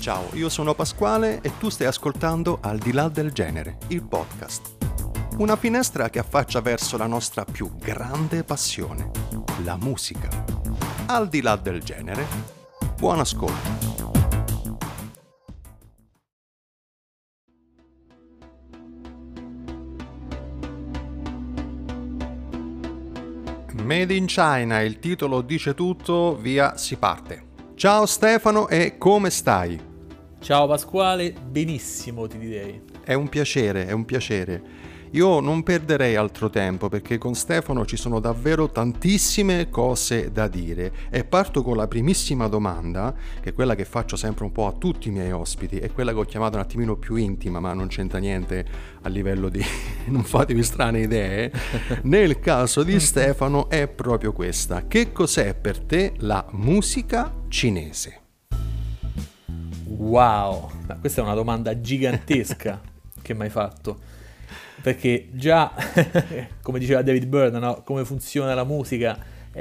Ciao, io sono Pasquale e tu stai ascoltando Al di là del genere, il podcast. Una finestra che affaccia verso la nostra più grande passione, la musica. Al di là del genere, buon ascolto. Made in China, il titolo dice tutto, via si parte. Ciao Stefano e come stai? Ciao Pasquale, benissimo ti direi. È un piacere. Io non perderei altro tempo perché con Stefano ci sono davvero tantissime cose da dire e parto con la primissima domanda, che è quella che faccio sempre un po' a tutti i miei ospiti, è quella che ho chiamato un attimino più intima, ma non c'entra niente a livello di non fatevi strane idee. Nel caso di Stefano è proprio questa: che cos'è per te la musica cinese? Wow, questa è una domanda gigantesca che mi hai fatto. Perché già, come diceva David Byrne, no? Come funziona la musica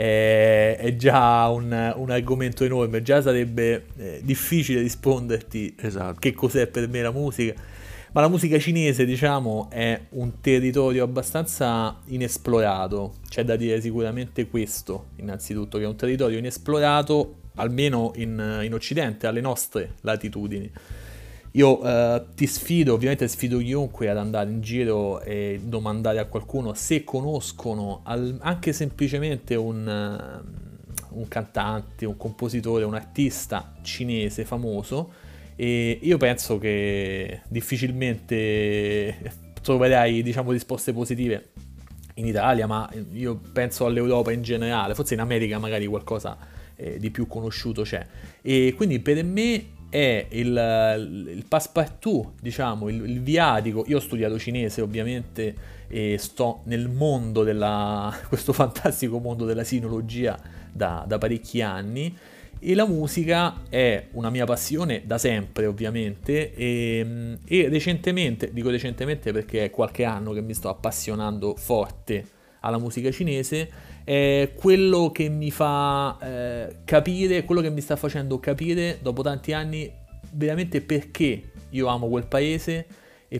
è già un argomento enorme. Già sarebbe difficile risponderti Esatto. Che cos'è per me la musica. Ma la musica cinese, diciamo, è un territorio abbastanza inesplorato. C'è da dire sicuramente questo, innanzitutto, che è un territorio inesplorato, almeno in Occidente, alle nostre latitudini. Io ti sfido, ovviamente sfido chiunque ad andare in giro e domandare a qualcuno se conoscono anche semplicemente un cantante, un compositore, un artista cinese famoso, e io penso che difficilmente troverai, diciamo, risposte positive in Italia, ma io penso all'Europa in generale, forse in America magari qualcosa di più conosciuto c'è. E quindi per me è il passepartout, diciamo, il viatico. Io ho studiato cinese ovviamente e sto nel mondo questo fantastico mondo della sinologia da parecchi anni, e la musica è una mia passione da sempre ovviamente, e recentemente, dico recentemente perché è qualche anno che mi sto appassionando forte alla musica cinese, è quello che mi fa capire, quello che mi sta facendo capire dopo tanti anni veramente perché io amo quel paese e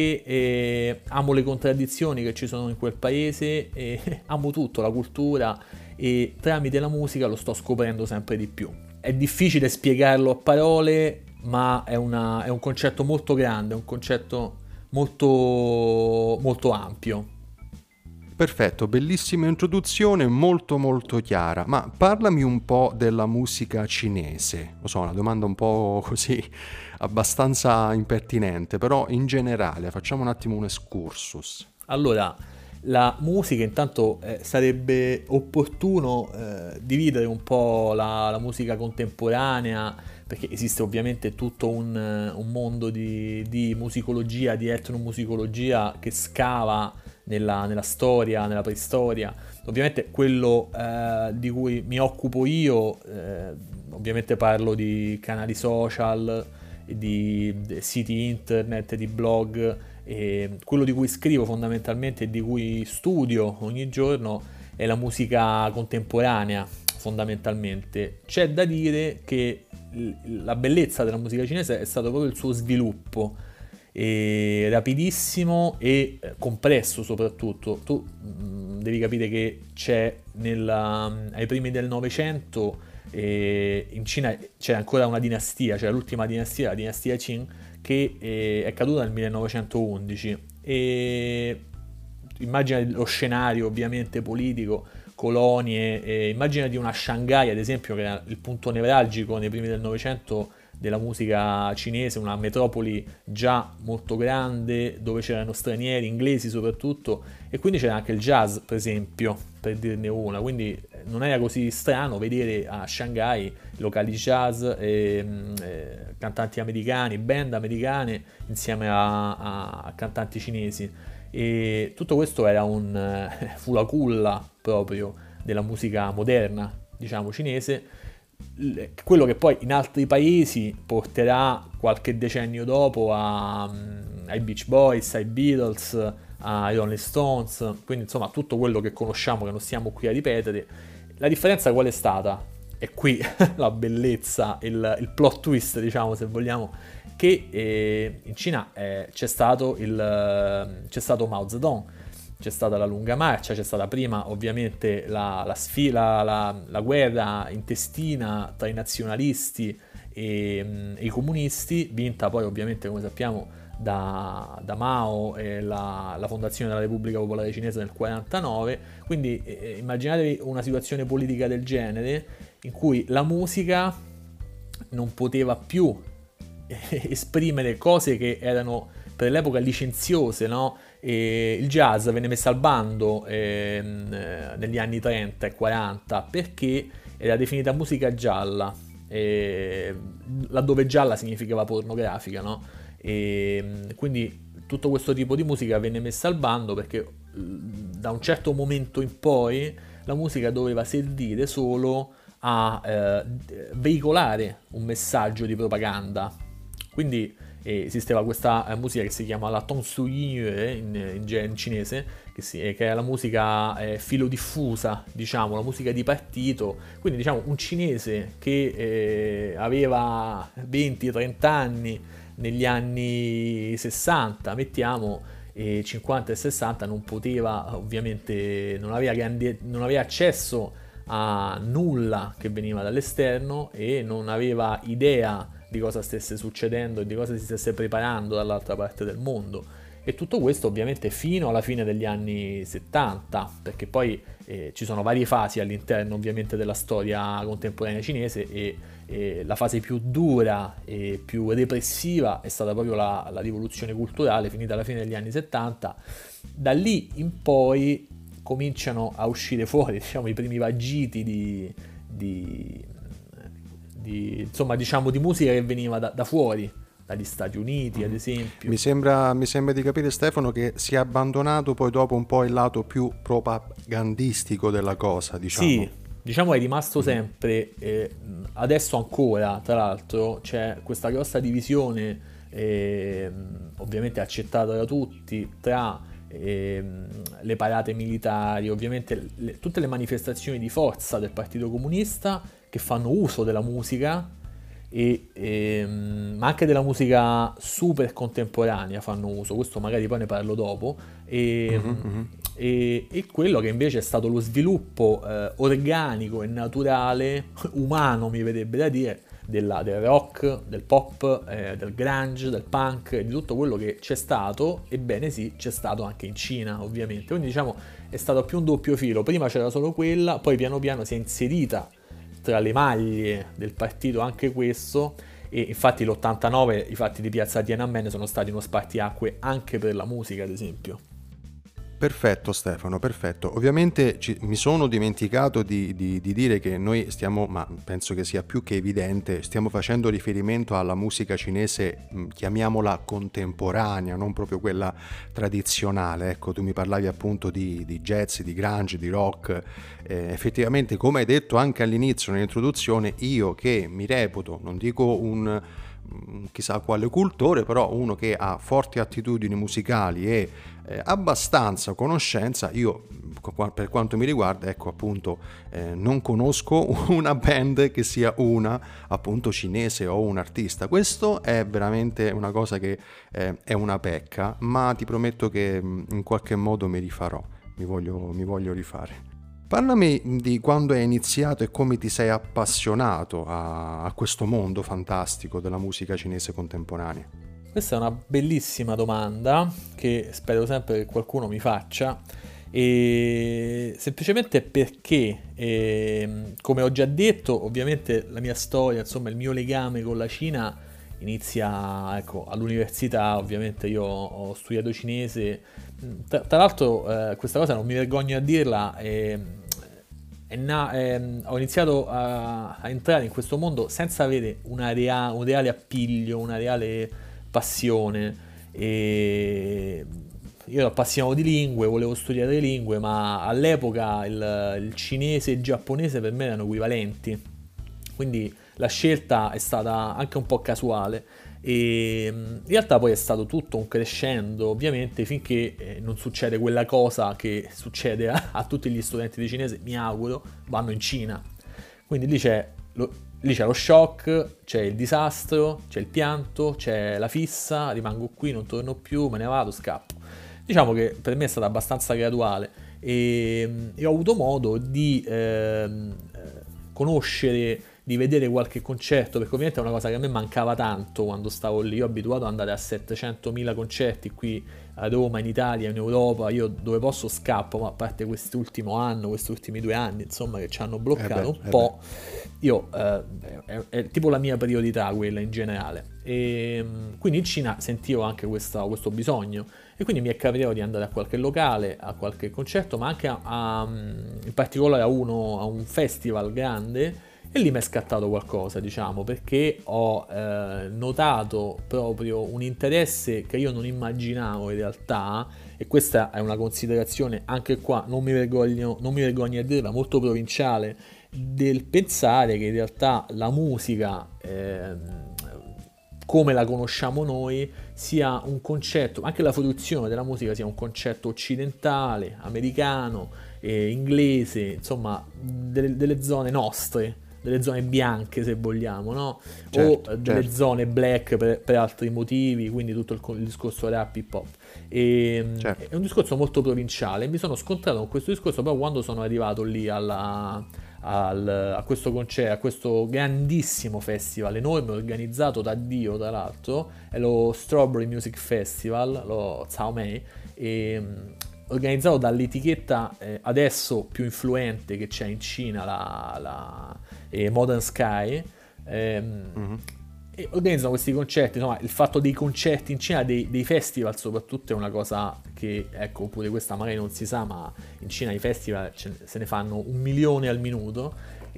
perché amo le contraddizioni che ci sono in quel paese, e amo tutto, la cultura, e tramite la musica lo sto scoprendo sempre di più. È difficile spiegarlo a parole, ma è un concetto molto grande, è un concetto molto, molto ampio. Perfetto, bellissima introduzione, molto molto chiara, ma parlami un po' della musica cinese. Lo so, una domanda un po' così, abbastanza impertinente, però in generale facciamo un attimo un excursus. Allora, la musica intanto sarebbe opportuno dividere un po' la musica contemporanea, perché esiste ovviamente tutto un mondo di musicologia, di etnomusicologia che scava nella storia, nella preistoria. Ovviamente quello di cui mi occupo io, ovviamente parlo di canali social, di siti internet, di blog, e quello di cui scrivo fondamentalmente e di cui studio ogni giorno è la musica contemporanea, fondamentalmente. C'è da dire che la bellezza della musica cinese è stato proprio il suo sviluppo, e rapidissimo e compresso soprattutto. Tu devi capire che c'è ai primi del Novecento, in Cina c'è ancora una dinastia, cioè l'ultima dinastia, la dinastia Qing, che è caduta nel 1911, e immagina lo scenario ovviamente politico, colonie, immagina di una Shanghai ad esempio, che era il punto nevralgico nei primi del Novecento della musica cinese, una metropoli già molto grande dove c'erano stranieri, inglesi soprattutto, e quindi c'era anche il jazz per esempio, per dirne una, quindi non era così strano vedere a Shanghai locali jazz, cantanti americani, band americane insieme a cantanti cinesi, e tutto questo era fu la culla proprio della musica moderna, diciamo, cinese. Quello che poi in altri paesi porterà qualche decennio dopo ai Beach Boys, ai Beatles, ai Rolling Stones, quindi insomma tutto quello che conosciamo, che non stiamo qui a ripetere. La differenza qual è stata? è qui la bellezza, il plot twist, diciamo, se vogliamo, che in Cina c'è stato Mao Zedong, c'è stata la lunga marcia, c'è stata prima ovviamente la guerra intestina tra i nazionalisti e i comunisti, vinta poi ovviamente, come sappiamo, da Mao e la fondazione della Repubblica Popolare Cinese nel 49. Quindi immaginatevi una situazione politica del genere in cui la musica non poteva più esprimere cose che erano per l'epoca licenziose, no? E il jazz venne messo al bando negli anni 30 e 40 perché era definita musica gialla, laddove gialla significava pornografica, no? E quindi tutto questo tipo di musica venne messa al bando perché da un certo momento in poi la musica doveva servire solo a veicolare un messaggio di propaganda. Quindi esisteva questa musica che si chiama la Tong Su Yue in cinese, che è la musica filodiffusa, diciamo, la musica di partito. Quindi diciamo un cinese che aveva 20-30 anni negli anni 60, mettiamo, 50 e 60, non poteva, ovviamente, non aveva accesso a nulla che veniva dall'esterno e non aveva idea di cosa stesse succedendo e di cosa si stesse preparando dall'altra parte del mondo. E tutto questo ovviamente fino alla fine degli anni 70, perché poi ci sono varie fasi all'interno ovviamente della storia contemporanea cinese e la fase più dura e più repressiva è stata proprio la rivoluzione culturale finita alla fine degli anni 70. Da lì in poi cominciano a uscire fuori, diciamo, i primi vagiti insomma, diciamo, di musica che veniva da fuori, dagli Stati Uniti ad esempio. Mi sembra di capire, Stefano, che si è abbandonato poi dopo un po' il lato più propagandistico della cosa, diciamo. Sì, diciamo è rimasto sempre, adesso ancora, tra l'altro, c'è questa grossa divisione, ovviamente accettata da tutti, tra le parate militari, ovviamente tutte le manifestazioni di forza del Partito Comunista che fanno uso della musica ma anche della musica super contemporanea fanno uso, questo magari poi ne parlo dopo, e quello che invece è stato lo sviluppo organico e naturale, umano mi verrebbe da dire, del rock, del pop, del grunge, del punk, di tutto quello che c'è stato. Ebbene sì, c'è stato anche in Cina ovviamente, quindi diciamo è stato più un doppio filo, prima c'era solo quella, poi piano piano si è inserita tra le maglie del partito anche questo, e infatti l'89 i fatti di piazza Tiananmen sono stati uno spartiacque anche per la musica ad esempio. Perfetto Stefano, perfetto. Ovviamente mi sono dimenticato di dire che noi stiamo, ma penso che sia più che evidente, stiamo facendo riferimento alla musica cinese, chiamiamola contemporanea, non proprio quella tradizionale. Ecco, tu mi parlavi appunto di jazz, di grunge, di rock. Effettivamente, come hai detto anche all'inizio nell'introduzione, io che mi reputo, non dico un chissà quale cultore, però uno che ha forti attitudini musicali e abbastanza conoscenza, io per quanto mi riguarda, ecco appunto, non conosco una band che sia una appunto cinese o un artista. Questo è veramente una cosa che è una pecca, ma ti prometto che in qualche modo mi rifarò, mi voglio rifare. Parlami di quando hai iniziato e come ti sei appassionato a questo mondo fantastico della musica cinese contemporanea. Questa è una bellissima domanda che spero sempre che qualcuno mi faccia, e semplicemente perché, come ho già detto, ovviamente la mia storia, insomma il mio legame con la Cina inizia, ecco, all'università. Ovviamente io ho studiato cinese, tra l'altro questa cosa non mi vergogno a dirla, ho iniziato a entrare in questo mondo senza avere un reale appiglio, una reale passione, e io ero appassionato di lingue, volevo studiare le lingue, ma all'epoca il cinese e il giapponese per me erano equivalenti, quindi la scelta è stata anche un po' casuale, e in realtà poi è stato tutto un crescendo ovviamente finché non succede quella cosa che succede a tutti gli studenti di cinese, mi auguro, vanno in Cina. Quindi lì c'è lo shock, c'è il disastro, c'è il pianto, c'è la fissa, rimango qui, non torno più, me ne vado, scappo. Diciamo che per me è stata abbastanza graduale e ho avuto modo di conoscere, di vedere qualche concerto, perché ovviamente è una cosa che a me mancava tanto quando stavo lì. Io ho abituato ad andare a 700.000 concerti qui a Roma, in Italia, in Europa. Io dove posso scappo, ma a parte quest'ultimo anno, questi ultimi 2 anni, insomma, che ci hanno bloccato un po', io è tipo la mia priorità quella in generale. E quindi in Cina sentivo anche questo bisogno, e quindi mi è capitato di andare a qualche locale, a qualche concerto, ma anche in particolare a un festival grande. E lì mi è scattato qualcosa, diciamo, perché ho notato proprio un interesse che io non immaginavo in realtà, e questa è una considerazione, anche qua non mi vergogno a dirla, molto provinciale, del pensare che in realtà la musica, come la conosciamo noi, sia un concetto, anche la fruizione della musica sia un concetto occidentale, americano, inglese, insomma, delle zone nostre, delle zone bianche se vogliamo, no? Certo, O delle certo. zone black per altri motivi, quindi tutto il discorso rap, hip hop. Certo. È un discorso molto provinciale. Mi sono scontrato con questo discorso proprio quando sono arrivato lì a questo concerto, a questo grandissimo festival, enorme, organizzato da Dio, tra l'altro, è lo Strawberry Music Festival, lo Cao Mei, organizzato dall'etichetta adesso più influente che c'è in Cina, la Modern Sky. Mhm. E organizzano questi concerti. Insomma, il fatto dei concerti in Cina, dei festival soprattutto, è una cosa che, ecco, pure questa magari non si sa, ma in Cina i festival se ne fanno 1 milione al minuto,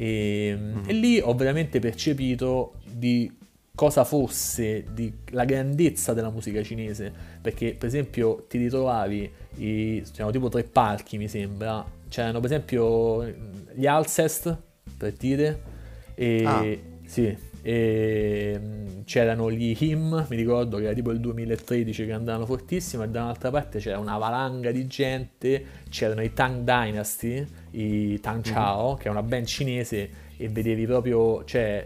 e Mhm. lì ho veramente percepito di cosa fosse di la grandezza della musica cinese, perché per esempio ti ritrovavi, c'erano tipo 3 palchi mi sembra, c'erano per esempio gli Alcest, per dire, Ah, e sì, e c'erano gli Him, mi ricordo che era tipo il 2013 che andavano fortissimo, e da un'altra parte c'era una valanga di gente, c'erano i Tang Dynasty, i Tang mhm. Chao, che è una band cinese, e vedevi proprio, cioè,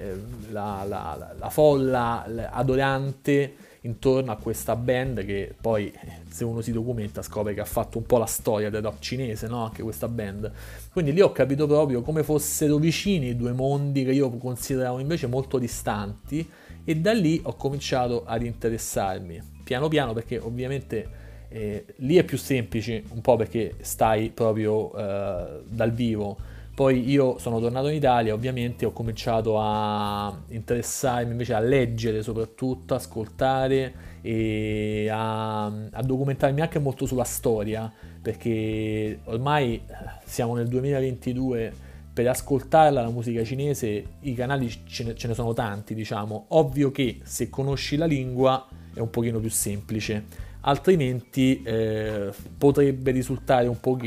la folla adorante intorno a questa band, che poi, se uno si documenta, scopre che ha fatto un po' la storia del rock cinese, no? Anche questa band. Quindi lì ho capito proprio come fossero vicini i due mondi che io consideravo invece molto distanti, e da lì ho cominciato ad interessarmi piano piano, perché ovviamente lì è più semplice, un po' perché stai proprio dal vivo. Poi io sono tornato in Italia, ovviamente ho cominciato a interessarmi invece a leggere, soprattutto ascoltare, e a documentarmi anche molto sulla storia, perché ormai siamo nel 2022. Per ascoltarla la musica cinese i canali ce ne sono tanti, diciamo. Ovvio che se conosci la lingua è un pochino più semplice, altrimenti potrebbe risultare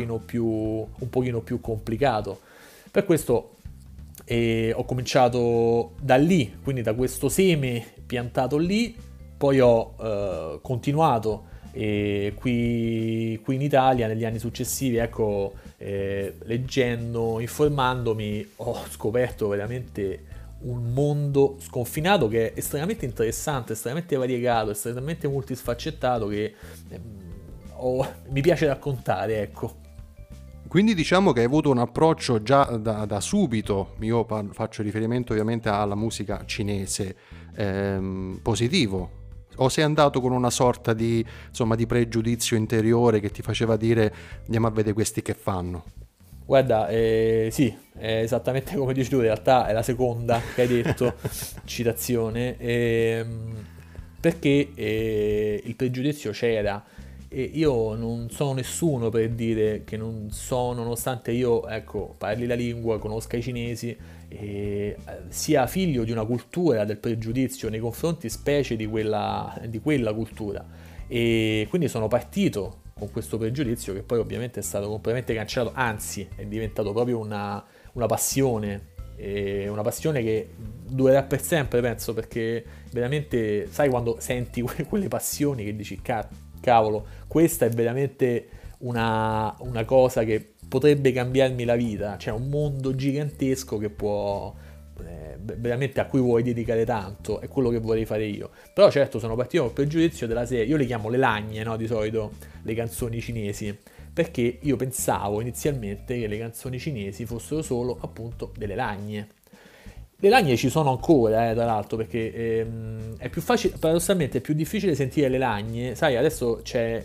un pochino più complicato. Per questo ho cominciato da lì, quindi da questo seme piantato lì, poi ho continuato qui in Italia negli anni successivi, ecco, leggendo, informandomi, ho scoperto veramente un mondo sconfinato che è estremamente interessante, estremamente variegato, estremamente multisfaccettato, che mi piace raccontare, ecco. Quindi diciamo che hai avuto un approccio già da subito, io faccio riferimento ovviamente alla musica cinese, positivo, o sei andato con una sorta di, insomma, di pregiudizio interiore che ti faceva dire andiamo a vedere questi che fanno? Guarda, sì, è esattamente come dici tu, in realtà è la seconda che hai detto, citazione, perché il pregiudizio c'era, e io non sono nessuno per dire che non so, nonostante io, ecco, parli la lingua, conosca i cinesi, sia figlio di una cultura del pregiudizio nei confronti specie di quella cultura, e quindi sono partito con questo pregiudizio che poi ovviamente è stato completamente cancellato, anzi è diventato proprio una passione, una passione che durerà per sempre, penso, perché veramente sai quando senti quelle passioni che dici cavolo, questa è veramente una cosa che potrebbe cambiarmi la vita, c'è un mondo gigantesco che può veramente, a cui vuoi dedicare tanto, è quello che vorrei fare io. Però certo sono partito col pregiudizio della serie, io le chiamo le lagne, no, di solito le canzoni cinesi, perché io pensavo inizialmente che le canzoni cinesi fossero solo appunto delle lagne. Le lagne ci sono ancora, tra l'altro, perché è più facile, paradossalmente è più difficile sentire le lagne. Sai, adesso c'è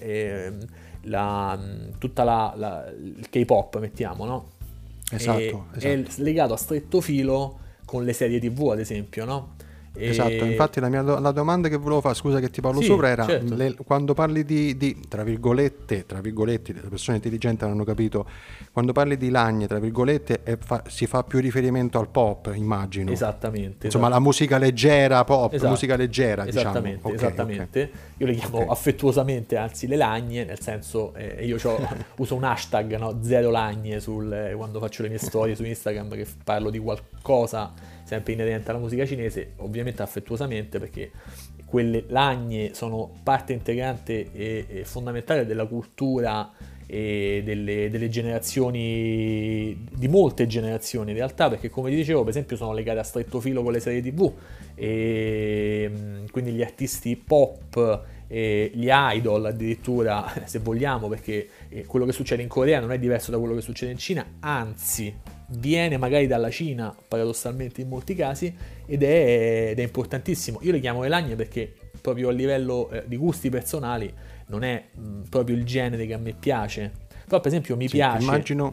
il K-pop, mettiamo, no? Esatto. È legato a stretto filo con le serie TV, ad esempio, no? Esatto, infatti la domanda che volevo fare, scusa che ti parlo sopra, era certo. quando parli di tra virgolette, le persone intelligenti hanno capito, quando parli di lagne, tra virgolette, si fa più riferimento al pop, immagino. Esattamente. Insomma, la musica leggera, pop, esatto. Musica leggera, esattamente, diciamo. Esattamente. Okay. Io le chiamo affettuosamente, anzi, le lagne, nel senso, io uso un hashtag, no? 0 lagne quando faccio le mie storie su Instagram, che parlo di qualcosa sempre inerente alla musica cinese, ovviamente affettuosamente, perché quelle lagne sono parte integrante e fondamentale della cultura e delle generazioni, di molte generazioni in realtà, perché come ti dicevo, per esempio, sono legate a stretto filo con le serie TV, e quindi gli artisti pop, gli idol addirittura, se vogliamo, perché quello che succede in Corea non è diverso da quello che succede in Cina, anzi viene magari dalla Cina, paradossalmente in molti casi, ed è importantissimo. Io le chiamo le lagne perché proprio a livello di gusti personali non è proprio il genere che a me piace, però per esempio mi piace.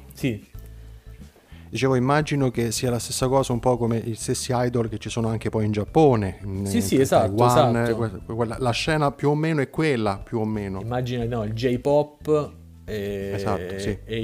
Immagino che sia la stessa cosa un po' come gli stessi idol che ci sono anche poi in Giappone, esatto, Taiwan, esatto. La scena più o meno è quella, più o meno. Immagino, no, il J-pop esatto, sì. E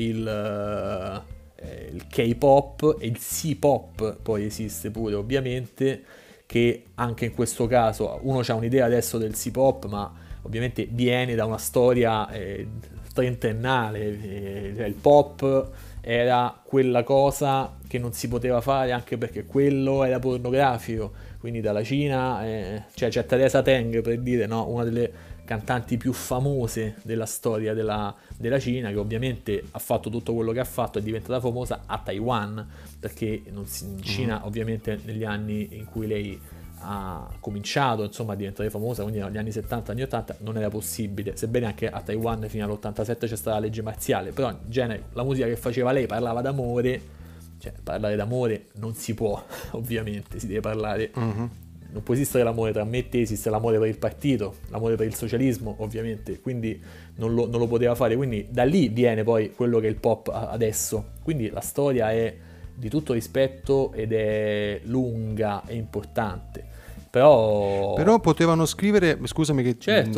il K-pop e il C-pop poi esiste pure, ovviamente, che anche in questo caso uno ha un'idea adesso del C-pop, ma ovviamente viene da una storia trentennale. Il pop era quella cosa che non si poteva fare anche perché quello era pornografico, quindi dalla Cina c'è Teresa Teng, per dire, no, una delle cantanti più famose della storia della Cina, che ovviamente ha fatto tutto quello che ha fatto, è diventata famosa a Taiwan, perché in Cina ovviamente negli anni in cui lei ha cominciato insomma a diventare famosa, quindi negli anni 70, anni 80, non era possibile, sebbene anche a Taiwan fino all'87 c'è stata la legge marziale, però in genere la musica che faceva lei parlava d'amore, cioè parlare d'amore non si può, ovviamente, si deve parlare, non può esistere l'amore tra me e te, esiste l'amore per il partito, l'amore per il socialismo, ovviamente, quindi non lo poteva fare, quindi da lì viene poi quello che è il pop adesso, quindi la storia è di tutto rispetto ed è lunga e importante. Però potevano scrivere, scusami che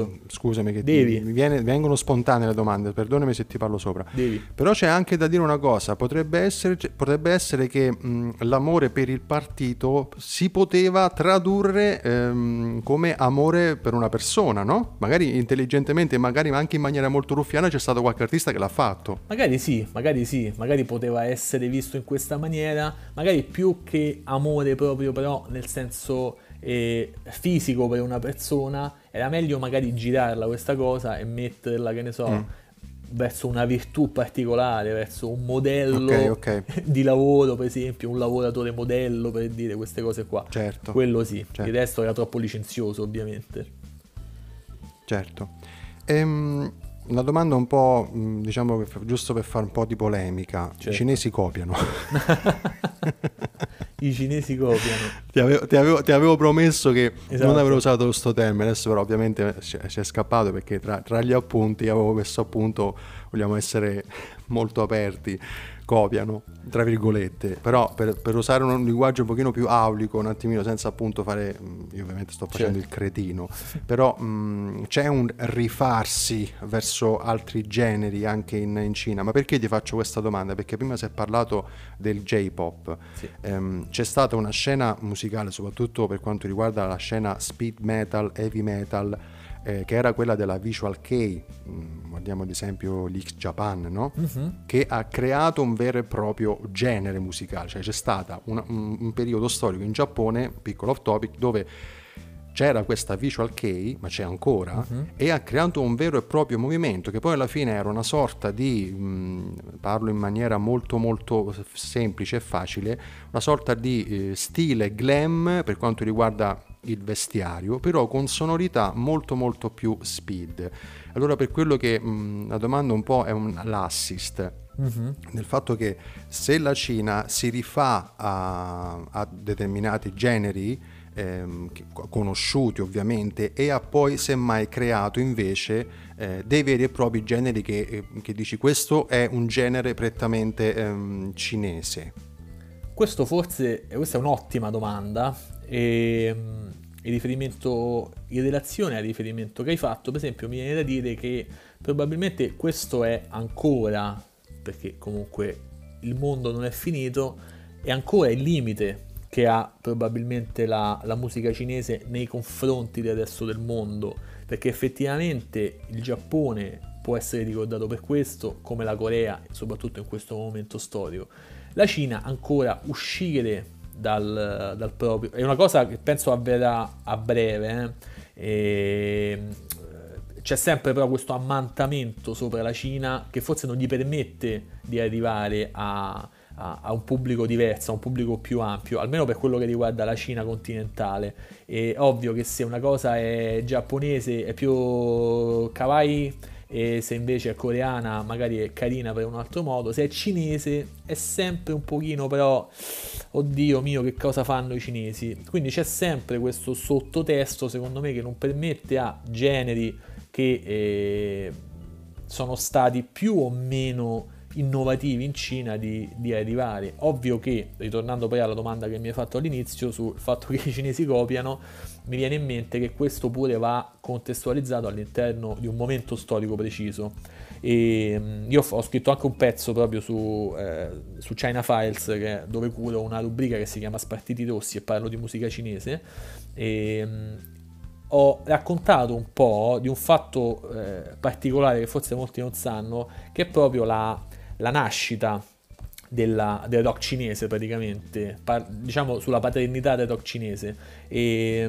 vengono spontanee le domande, perdonami se ti parlo sopra. Però c'è anche da dire una cosa, potrebbe essere che l'amore per il partito si poteva tradurre come amore per una persona, no? Magari intelligentemente, magari anche in maniera molto ruffiana c'è stato qualche artista che l'ha fatto. Magari sì, magari poteva essere visto in questa maniera, magari più che amore proprio, però nel senso fisico per una persona, era meglio magari girarla questa cosa e metterla, che ne so, verso una virtù particolare, verso un modello di lavoro, per esempio, un lavoratore modello, per dire queste cose qua. Certo. Quello sì, certo. Il resto era troppo licenzioso, ovviamente. Certo. Una domanda un po', diciamo, giusto per fare un po' di polemica. Certo. I cinesi copiano. I cinesi copiano. Ti avevo promesso che non avrei usato questo termine, adesso però ovviamente ci è scappato perché tra gli appunti avevo messo appunto, vogliamo essere molto aperti, copiano, tra virgolette, però per usare un linguaggio un pochino più aulico, un attimino, senza appunto fare, io ovviamente sto facendo il cretino, però c'è un rifarsi verso altri generi anche in Cina. Ma perché ti faccio questa domanda? Perché prima si è parlato del J-pop, c'è stata una scena musicale, soprattutto per quanto riguarda la scena speed metal, heavy metal, che era quella della Visual Kei, guardiamo ad esempio l'X Japan, no? Che ha creato un vero e proprio genere musicale, cioè c'è stato un periodo storico in Giappone, piccolo off topic, dove c'era questa Visual Kei, ma c'è ancora, e ha creato un vero e proprio movimento che poi alla fine era una sorta di, parlo in maniera molto molto semplice e facile, una sorta di stile glam per quanto riguarda il vestiario, però con sonorità molto molto più speed. Allora per quello che la domanda un po' è l'assist, nel fatto che se la Cina si rifà a determinati generi conosciuti ovviamente, e ha poi semmai creato invece dei veri e propri generi che dici questo è un genere prettamente cinese. Questa è un'ottima domanda e in relazione al riferimento che hai fatto, per esempio, mi viene da dire che probabilmente questo è ancora, perché comunque il mondo non è finito, è ancora il limite che ha probabilmente la musica cinese nei confronti del resto del mondo, perché effettivamente il Giappone può essere ricordato per questo, come la Corea, soprattutto in questo momento storico. La Cina ancora uscire dal proprio... È una cosa che penso avverrà a breve, c'è sempre però questo ammantamento sopra la Cina che forse non gli permette di arrivare a un pubblico diverso, a un pubblico più ampio, almeno per quello che riguarda la Cina continentale. È ovvio che se una cosa è giapponese è più kawaii, e se invece è coreana magari è carina per un altro modo, se è cinese è sempre un pochino però, oddio mio, che cosa fanno i cinesi? Quindi c'è sempre questo sottotesto, secondo me, che non permette a generi che sono stati più o meno innovativi in Cina di arrivare. Ovvio che, ritornando poi alla domanda che mi hai fatto all'inizio sul fatto che i cinesi copiano, mi viene in mente che questo pure va contestualizzato all'interno di un momento storico preciso. E io ho scritto anche un pezzo proprio su China Files, dove curo una rubrica che si chiama Spartiti Rossi e parlo di musica cinese, e ho raccontato un po' di un fatto particolare che forse molti non sanno, che è proprio la nascita del rock cinese, praticamente, diciamo sulla paternità del rock cinese. E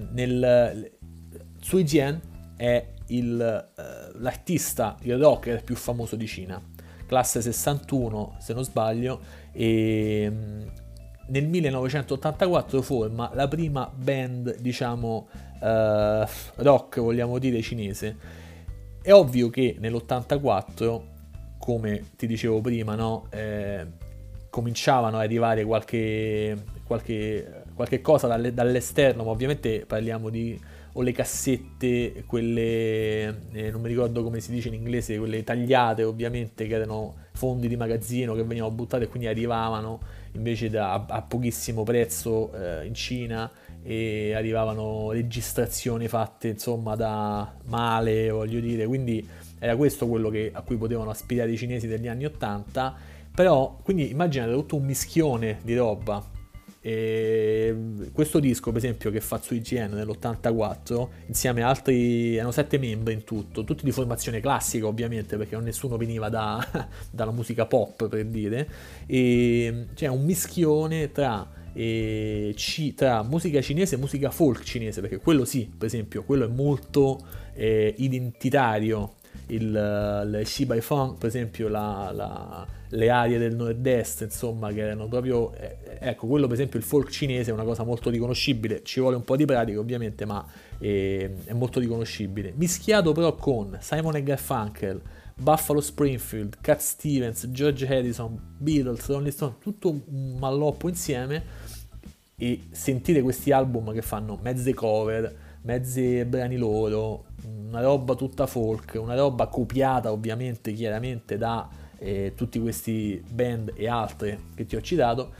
Sui Jian è l'artista, il rocker più famoso di Cina, classe 61 se non sbaglio, e nel 1984 forma la prima band, diciamo, rock, vogliamo dire, cinese. È ovvio che nell'84, come ti dicevo prima, no, cominciavano ad arrivare qualche cosa dall'esterno, ma ovviamente parliamo di o le cassette, quelle non mi ricordo come si dice in inglese, quelle tagliate ovviamente, che erano fondi di magazzino che venivano buttate e quindi arrivavano invece a pochissimo prezzo in Cina, e arrivavano registrazioni fatte insomma da male, voglio dire, quindi era questo quello a cui potevano aspirare i cinesi degli anni 80. Però quindi immaginate tutto un mischione di roba. E questo disco, per esempio, che fa Sui GN nell'84 insieme a altri, erano 7 membri in tutto, tutti di formazione classica ovviamente, perché non nessuno veniva dalla musica pop, per dire, e c'è un mischione tra musica cinese e musica folk cinese, perché quello sì, per esempio, quello è molto identitario. Il Shibai Fong, per esempio, le aree del nord-est, insomma, che erano proprio ecco, quello per esempio, il folk cinese è una cosa molto riconoscibile, ci vuole un po' di pratica ovviamente, ma è molto riconoscibile, mischiato però con Simon & Garfunkel, Buffalo Springfield, Cat Stevens, George Harrison, Beatles, Rolling Stone, tutto un malloppo insieme. E sentire questi album che fanno mezze cover, mezze brani loro, una roba tutta folk, una roba copiata ovviamente chiaramente da tutti questi band e altre che ti ho citato,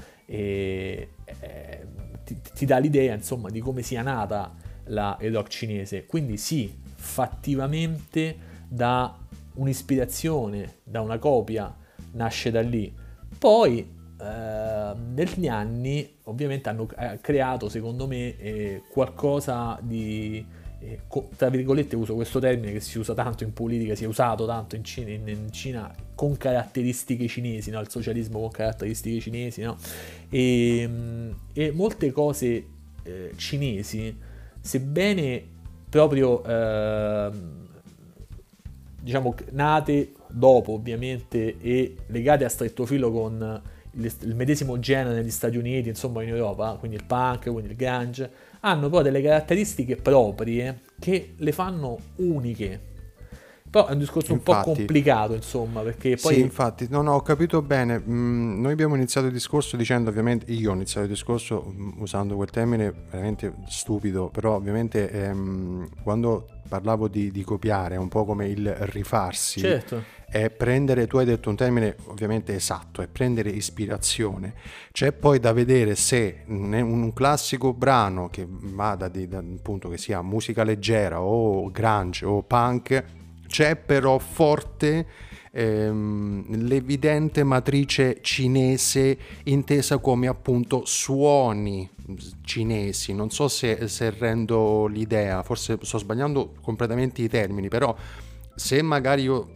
ti dà l'idea insomma di come sia nata il rock cinese. Quindi sì, fattivamente da un'ispirazione, da una copia, nasce da lì. Poi negli anni ovviamente hanno creato, secondo me, qualcosa di tra virgolette, uso questo termine che si usa tanto in politica, si è usato tanto in Cina con caratteristiche cinesi, no? Il socialismo con caratteristiche cinesi, no? E molte cose cinesi sebbene proprio diciamo nate dopo ovviamente e legate a stretto filo con il medesimo genere negli Stati Uniti, insomma in Europa, quindi il punk, quindi il grunge, hanno però delle caratteristiche proprie che le fanno uniche. Però è un discorso un po' Infatti, complicato, insomma, perché sì, poi... infatti, no, no, ho capito bene. Noi abbiamo iniziato il discorso dicendo, ovviamente, io ho iniziato il discorso usando quel termine veramente stupido, però ovviamente quando parlavo di copiare è un po' come il rifarsi, Certo, è prendere, tu hai detto un termine ovviamente esatto, è prendere ispirazione. C'è poi da vedere se un classico brano che vada appunto che sia musica leggera o grunge o punk, c'è però forte l'evidente matrice cinese intesa come appunto suoni cinesi. Non so se rendo l'idea, forse sto sbagliando completamente i termini, però se magari io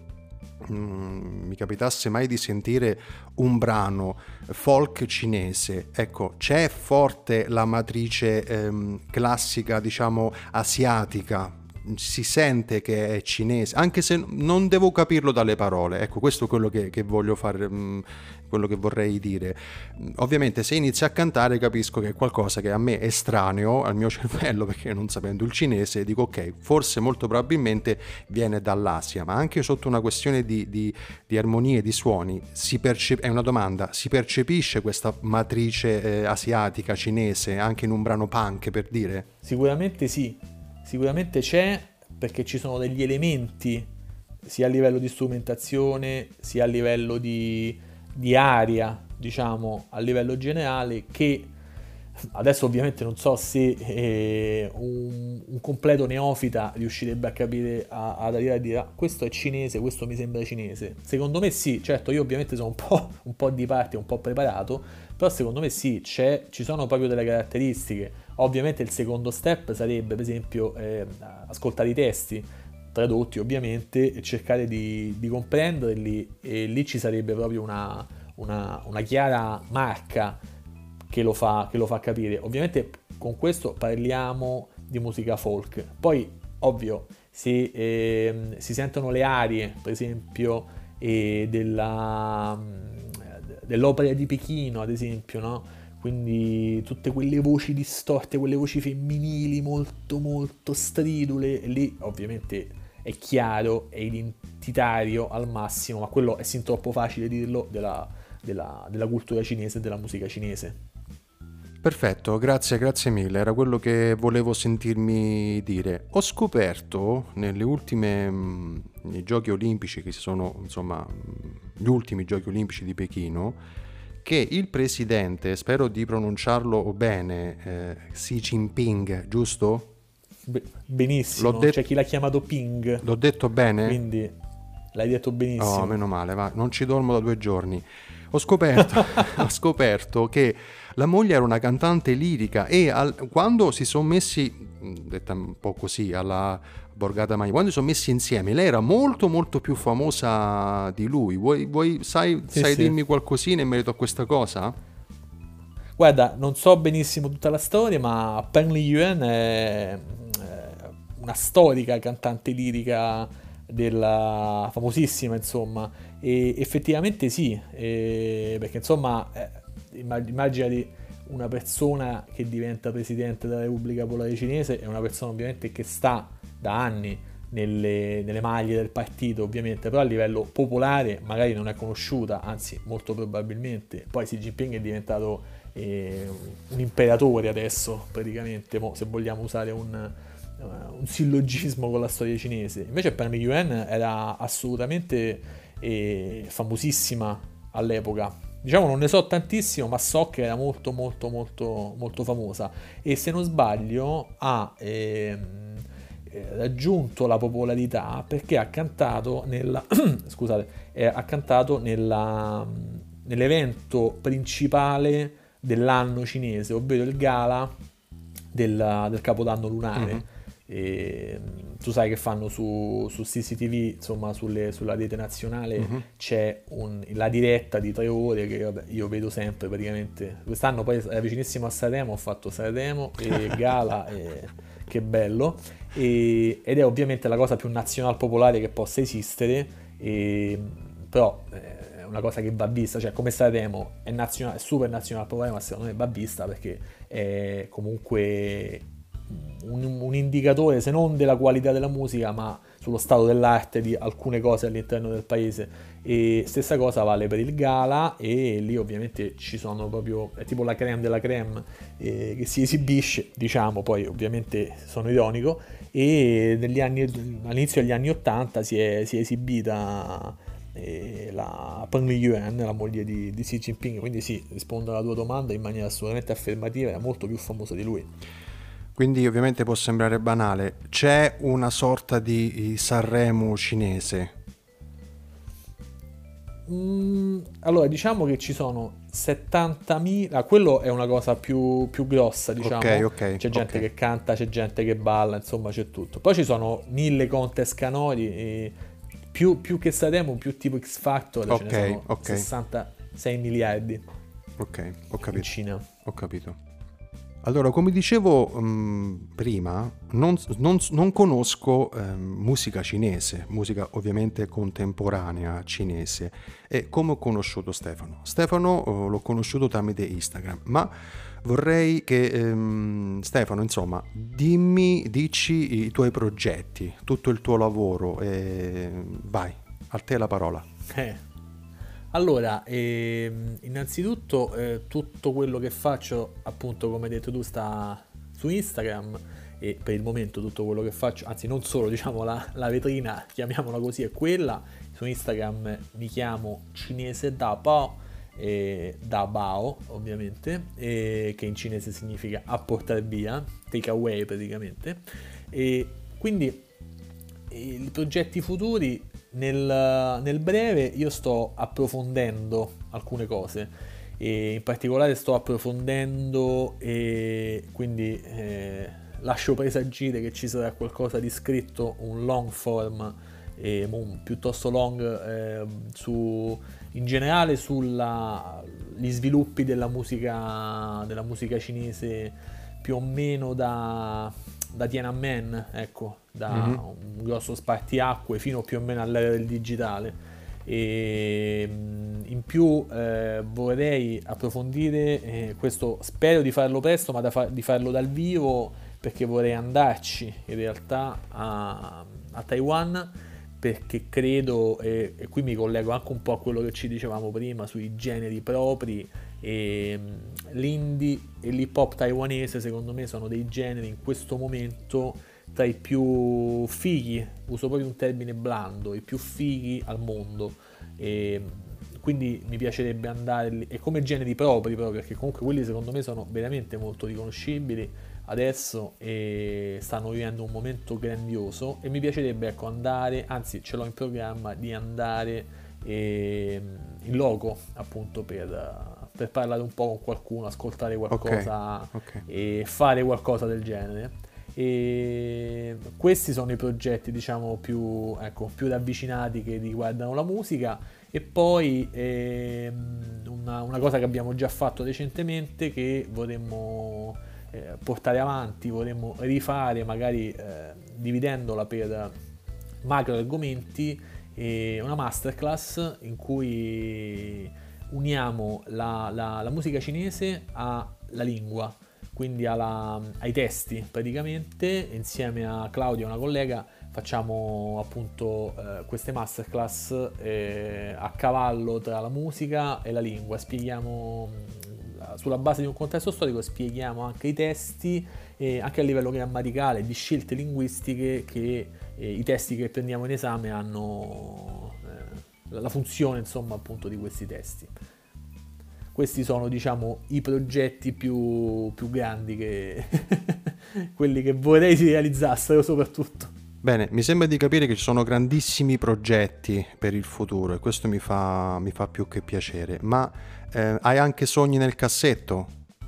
mi capitasse mai di sentire un brano folk cinese, ecco, c'è forte la matrice classica, diciamo asiatica, si sente che è cinese, anche se non devo capirlo dalle parole. Ecco, questo è quello che voglio fare, quello che vorrei dire. Ovviamente se inizio a cantare capisco che è qualcosa che a me è estraneo al mio cervello, perché non sapendo il cinese dico ok, forse molto probabilmente viene dall'Asia, ma anche sotto una questione di armonie, di suoni, è una domanda, si percepisce questa matrice asiatica, cinese, anche in un brano punk, per dire? sicuramente sì, sicuramente c'è, perché ci sono degli elementi sia a livello di strumentazione sia a livello di aria, diciamo, a livello generale, che adesso ovviamente non so se un completo neofita riuscirebbe a capire, ad arrivare a dire "Ah, questo è cinese, questo mi sembra cinese". Secondo me sì, certo io ovviamente sono un po' di parte, un po' preparato, però secondo me sì, ci sono proprio delle caratteristiche. Ovviamente il secondo step sarebbe per esempio ascoltare i testi tradotti ovviamente e cercare di comprenderli, e lì ci sarebbe proprio una chiara marca che lo fa capire. Ovviamente con questo parliamo di musica folk. Poi, ovvio, se si sentono le arie, per esempio, dell'opera di Pechino, ad esempio, no? Quindi tutte quelle voci distorte, quelle voci femminili molto molto stridule, e lì ovviamente è chiaro, è identitario al massimo, ma quello è sin troppo facile dirlo della cultura cinese e della musica cinese. Perfetto, grazie mille, era quello che volevo sentirmi dire. Ho scoperto nelle ultime nei giochi olimpici che si sono, insomma, gli ultimi giochi olimpici di Pechino, che il presidente, spero di pronunciarlo bene, Xi Jinping, giusto? Benissimo, c'è chi l'ha chiamato Ping, L'ho detto bene? quindi l'hai detto Oh, benissimo. meno male, va, non ci dormo da 2 giorni. Ho scoperto, ho scoperto che la moglie era una cantante lirica e quando si sono messi, detta un po' così, alla Borgata Magna, quando si sono messi insieme, lei era molto molto più famosa di lui. Sì, Sai sì. dirmi qualcosina in merito a questa cosa? Guarda, non so benissimo tutta la storia, ma Peng Liyuan è una storica cantante lirica della famosissima, insomma, e effettivamente sì, perché insomma, immaginati una persona che diventa presidente della Repubblica Popolare Cinese, è una persona ovviamente che sta da anni nelle maglie del partito, ovviamente, però a livello popolare magari non è conosciuta, anzi molto probabilmente. Poi Xi Jinping è diventato un imperatore adesso, praticamente, se vogliamo usare un sillogismo con la storia cinese. Invece Peng Yuen era assolutamente famosissima all'epoca. Diciamo non ne so tantissimo, ma so che era molto molto molto molto famosa, e se non sbaglio ha raggiunto la popolarità perché ha cantato scusate, ha cantato nell'evento principale dell'anno cinese, ovvero il gala del Capodanno lunare. Mhm. E, tu sai che fanno su CCTV, insomma sulla rete nazionale, Mhm. c'è la diretta di 3 ore che vabbè, io vedo sempre praticamente. Quest'anno poi era vicinissimo a Sanremo, ho fatto Sanremo e Gala, che bello. Ed è ovviamente la cosa più nazional popolare che possa esistere, però è una cosa che va vista, cioè come Sanremo è nazionale, è super nazional popolare, ma secondo me va vista perché è comunque un indicatore, se non della qualità della musica, ma sullo stato dell'arte di alcune cose all'interno del paese. E stessa cosa vale per il Gala, e lì ovviamente ci sono proprio, è tipo la crème della crème che si esibisce, diciamo, poi ovviamente sono ironico, e all'inizio degli anni 80 si è esibita la Peng Liyuan, la moglie di Xi Jinping, quindi sì, rispondo alla tua domanda in maniera assolutamente affermativa, era molto più famosa di lui. Quindi ovviamente può sembrare banale, c'è una sorta di Sanremo cinese. Allora, diciamo che ci sono 70.000, quello è una cosa più grossa, diciamo. Ok, C'è gente che canta, c'è gente che balla, insomma c'è tutto. Poi ci sono 1.000 contest canori, e più che Sanremo, più tipo X Factor, ce ne sono 66 miliardi Ok, ho capito. in Cina. Ho capito. Allora, come dicevo prima, non conosco musica cinese, musica ovviamente contemporanea cinese. E come ho conosciuto Stefano? Stefano l'ho conosciuto tramite Instagram, ma vorrei che Stefano, insomma, dici i tuoi progetti, tutto il tuo lavoro, e vai, a te la parola. Allora, innanzitutto tutto quello che faccio, appunto come hai detto tu, sta su Instagram, e per il momento tutto quello che faccio, anzi non solo, diciamo la vetrina, chiamiamola così, è quella. Su Instagram mi chiamo Cinese Da Bao, Da Bao ovviamente, che in cinese significa a portare via, take away praticamente, e quindi i progetti futuri. Nel breve io sto approfondendo alcune cose, e in particolare sto approfondendo, e quindi lascio presagire che ci sarà qualcosa di scritto, un long form, piuttosto long, in generale gli sviluppi della musica cinese, più o meno da Tiananmen, ecco, da un grosso spartiacque fino più o meno all'era del digitale. E in più vorrei approfondire questo, spero di farlo presto, ma di farlo dal vivo, perché vorrei andarci in realtà a Taiwan, perché credo, e qui mi collego anche un po' a quello che ci dicevamo prima sui generi propri, e l'indie e l'hip hop taiwanese secondo me sono dei generi in questo momento tra i più fighi, uso proprio un termine blando, i più fighi al mondo, e quindi mi piacerebbe andare lì, e come generi propri, proprio perché comunque quelli secondo me sono veramente molto riconoscibili adesso e stanno vivendo un momento grandioso, e mi piacerebbe, ecco, andare, anzi ce l'ho in programma di andare in loco, appunto, per parlare un po' con qualcuno, ascoltare qualcosa, Ok. e fare qualcosa del genere. E questi sono i progetti, diciamo, più ravvicinati, che riguardano la musica. E poi una cosa che abbiamo già fatto recentemente, che vorremmo portare avanti, vorremmo rifare, magari dividendola per macro argomenti, una masterclass in cui uniamo la musica cinese alla lingua, quindi ai testi praticamente. Insieme a Claudia, una collega, facciamo appunto queste masterclass a cavallo tra la musica e la lingua. Spieghiamo, sulla base di un contesto storico, spieghiamo anche i testi, anche a livello grammaticale, di scelte linguistiche, che i testi che prendiamo in esame hanno la funzione, insomma, appunto, di questi testi. Questi sono, diciamo, i progetti più grandi, che quelli che vorrei si realizzassero soprattutto. Bene, mi sembra di capire che ci sono grandissimi progetti per il futuro, e questo mi fa più che piacere. Ma hai anche sogni nel cassetto?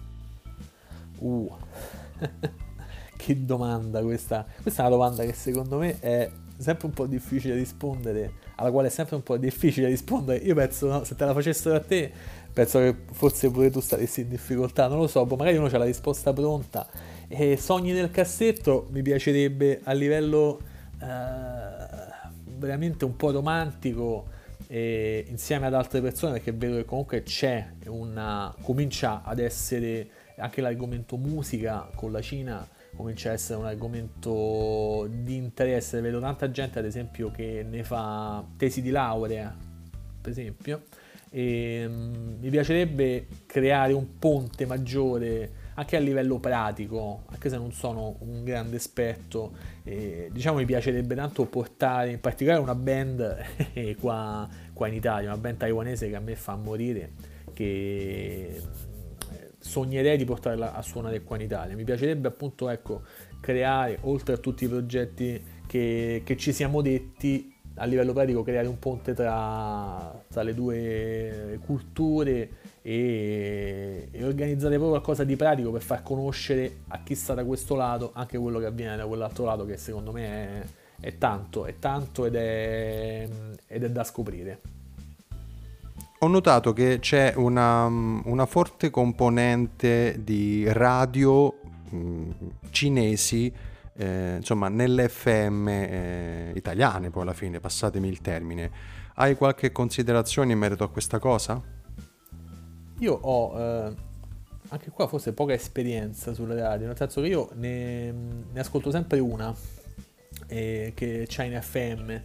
Che domanda questa! Questa è una domanda che secondo me è sempre un po' difficile rispondere, alla quale è sempre un po' difficile rispondere. Io penso, no, se te la facessero a te, penso che forse pure tu staresti in difficoltà, non lo so, magari uno c'ha la risposta pronta, E Sogni nel cassetto mi piacerebbe a livello veramente un po' romantico, insieme ad altre persone, perché vedo che comunque comincia ad essere anche l'argomento musica con la Cina, comincia a essere un argomento di interesse. Vedo tanta gente ad esempio che ne fa tesi di laurea, per esempio, e mi piacerebbe creare un ponte maggiore anche a livello pratico, anche se non sono un grande esperto. Diciamo mi piacerebbe tanto portare in particolare una band qua in Italia, una band taiwanese che a me fa morire, che sognerei di portarla a suonare qua in Italia. Mi piacerebbe appunto, ecco, creare, oltre a tutti i progetti che ci siamo detti, a livello pratico creare un ponte tra le due culture e organizzare proprio qualcosa di pratico per far conoscere a chi sta da questo lato anche quello che avviene da quell'altro lato, che secondo me è tanto ed è da scoprire. Ho notato che c'è una forte componente di radio cinesi, insomma, nelle FM italiane, poi alla fine, passatemi il termine. Hai qualche considerazione in merito a questa cosa? Io ho anche qua forse poca esperienza sulle radio, nel senso che io ne ascolto sempre una che c'è in FM,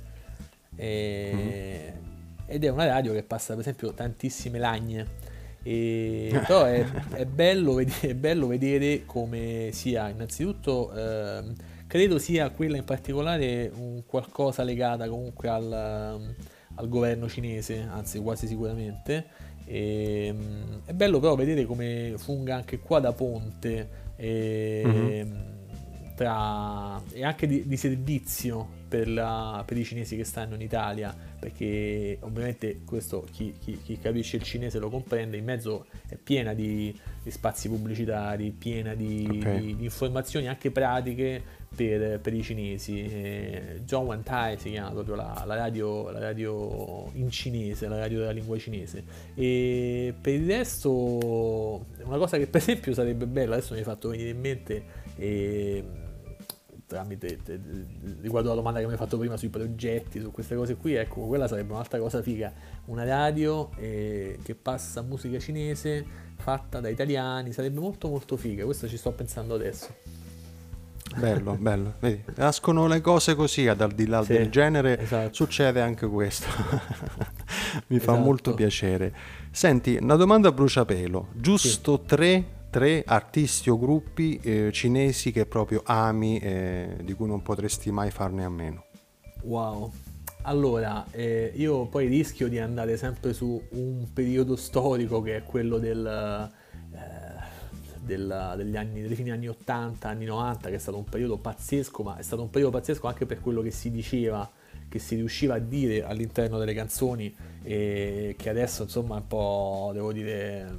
ed è una radio che passa per esempio tantissime lagne, però è bello vedere come sia innanzitutto, credo sia quella in particolare un qualcosa legata comunque al governo cinese, anzi quasi sicuramente. È bello però vedere come funga anche qua da ponte, e anche di servizio per i cinesi che stanno in Italia, perché ovviamente questo chi capisce il cinese lo comprende. In mezzo è piena di spazi pubblicitari, piena di informazioni anche pratiche per i cinesi. John Wantai si chiama proprio la radio in cinese, la radio della lingua cinese. E per il resto una cosa che per esempio sarebbe bella, adesso mi hai fatto venire in mente, riguardo la domanda che mi hai fatto prima sui progetti, su queste cose qui, ecco, quella sarebbe un'altra cosa figa, una radio che passa musica cinese fatta da italiani, sarebbe molto molto figa. Questo ci sto pensando adesso. Bello, vedi, nascono le cose così, al di là del genere, esatto. Succede anche questo. Mi fa molto piacere. Senti, una domanda a bruciapelo, giusto? Sì. Tre artisti o gruppi cinesi che proprio ami, di cui non potresti mai farne a meno. Wow, allora io poi rischio di andare sempre su un periodo storico che è quello dei fine anni 80, anni 90, che è stato un periodo pazzesco, ma è stato un periodo pazzesco anche per quello che si diceva, che si riusciva a dire all'interno delle canzoni, e che adesso insomma un po', devo dire,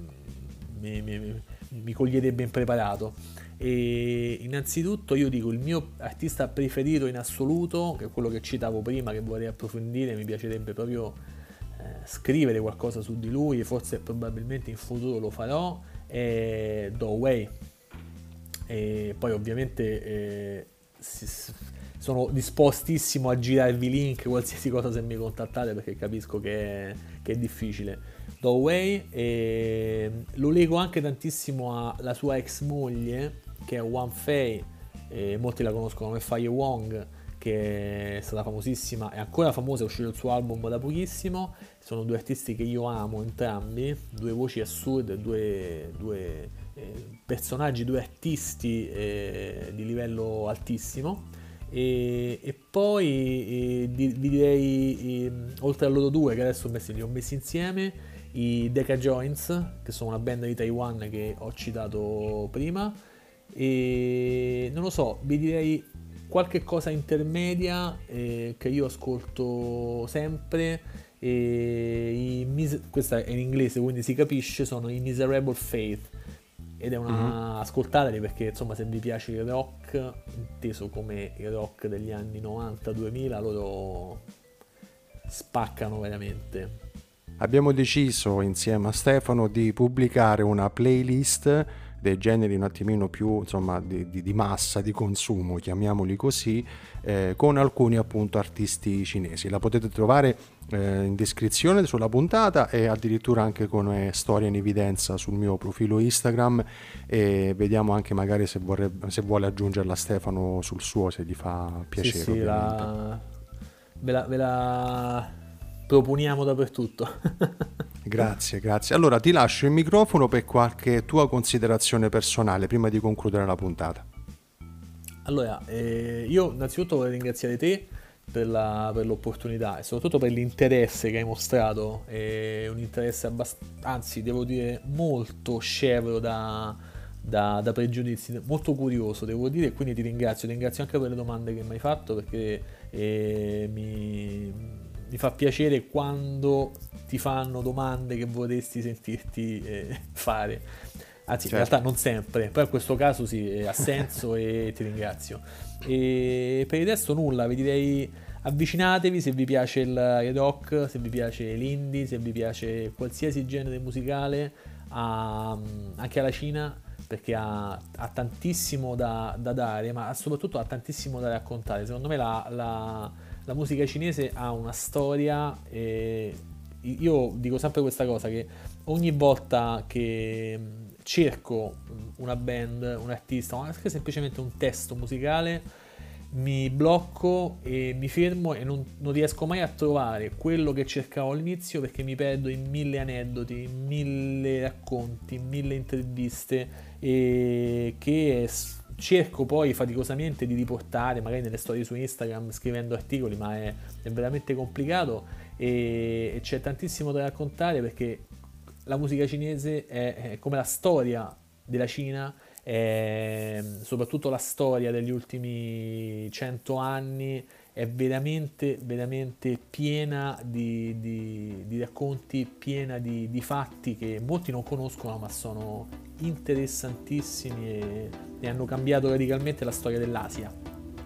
mi coglierebbe impreparato. E innanzitutto io dico il mio artista preferito in assoluto, che è quello che citavo prima, che vorrei approfondire, mi piacerebbe proprio scrivere qualcosa su di lui, forse probabilmente in futuro lo farò, è Do Wei. E poi ovviamente sono dispostissimo a girarvi link, qualsiasi cosa, se mi contattate, perché capisco che è difficile. Do Wei, lo leggo anche tantissimo alla sua ex moglie, che è Wang Fei, molti la conoscono come Faye Wong, che è stata famosissima, è ancora famosa, è uscito il suo album da pochissimo. Sono due artisti che io amo entrambi, due voci assurde, due personaggi, due artisti di livello altissimo. E poi vi direi, oltre a loro due che adesso li ho messi insieme, i Deca Joins, che sono una band di Taiwan che ho citato prima, e non lo so, vi direi qualche cosa intermedia che io ascolto sempre, questa è in inglese quindi si capisce, sono i Miserable Faith, ed è una ascoltateli, perché insomma se vi piace il rock, inteso come il rock degli anni 90-2000, loro spaccano veramente. Abbiamo deciso insieme a Stefano di pubblicare una playlist dei generi un attimino più, insomma, di massa, di consumo, chiamiamoli così, con alcuni appunto artisti cinesi. La potete trovare in descrizione sulla puntata e addirittura anche come storia in evidenza sul mio profilo Instagram, e vediamo anche magari se vuole aggiungerla Stefano sul suo, se gli fa piacere. Sì, ve la proponiamo dappertutto. Grazie. Allora ti lascio il microfono per qualche tua considerazione personale prima di concludere la puntata. Allora, io innanzitutto vorrei ringraziare te per l'opportunità e soprattutto per l'interesse che hai mostrato, un interesse anzi devo dire molto scevro da pregiudizi, molto curioso devo dire, e quindi ti ringrazio anche per le domande che mi hai fatto, perché mi fa piacere quando ti fanno domande che vorresti sentirti fare. Anzi, certo. In realtà non sempre, però in questo caso sì, ha senso e ti ringrazio. E per il resto nulla, vi direi avvicinatevi se vi piace il rock, se vi piace l'indie, se vi piace qualsiasi genere musicale, anche alla Cina, perché ha tantissimo da dare, ma soprattutto ha tantissimo da raccontare. Secondo me la musica cinese ha una storia, e io dico sempre questa cosa, che ogni volta che cerco una band, un artista, o anche semplicemente un testo musicale, mi blocco e mi fermo e non riesco mai a trovare quello che cercavo all'inizio, perché mi perdo in 1000 aneddoti, in 1000 racconti, in 1000 interviste, e che cerco poi faticosamente di riportare magari nelle storie su Instagram scrivendo articoli, ma è veramente complicato e c'è tantissimo da raccontare, perché la musica cinese è come la storia della Cina, soprattutto la storia degli ultimi 100 anni è veramente piena di racconti, piena di fatti che molti non conoscono, ma sono interessantissimi e hanno cambiato radicalmente la storia dell'Asia.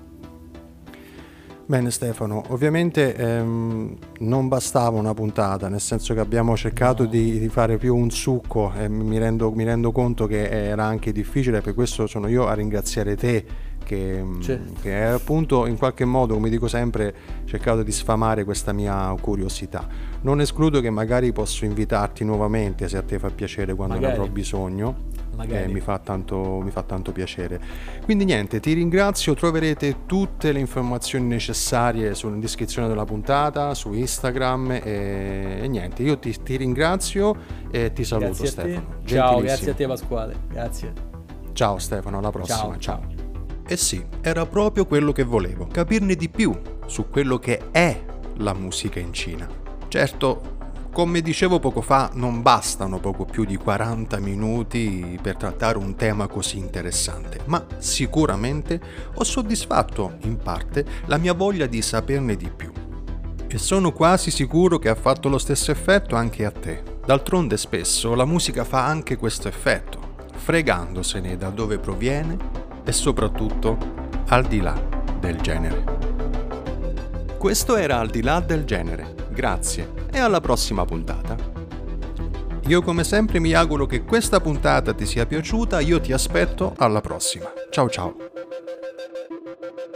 Bene Stefano, ovviamente non bastava una puntata, nel senso che abbiamo cercato di fare più un succo, e mi rendo conto che era anche difficile, per questo sono io a ringraziare te che è appunto in qualche modo, come dico sempre, cercato di sfamare questa mia curiosità. Non escludo che magari posso invitarti nuovamente, se a te fa piacere, quando ne avrò bisogno. Mi fa tanto piacere. Quindi niente, ti ringrazio, troverete tutte le informazioni necessarie sulla descrizione della puntata, su Instagram, e niente, io ti ringrazio e ti saluto. Grazie Stefano. Ciao, grazie a te Pasquale, grazie. Ciao Stefano, alla prossima. Ciao. Eh sì, era proprio quello che volevo, capirne di più su quello che è la musica in Cina. Certo, come dicevo poco fa, non bastano poco più di 40 minuti per trattare un tema così interessante, ma sicuramente ho soddisfatto, in parte, la mia voglia di saperne di più. E sono quasi sicuro che ha fatto lo stesso effetto anche a te. D'altronde spesso la musica fa anche questo effetto, fregandosene da dove proviene e soprattutto al di là del genere. Questo era Al di là del genere. Grazie e alla prossima puntata. Io come sempre mi auguro che questa puntata ti sia piaciuta, io ti aspetto alla prossima. Ciao ciao.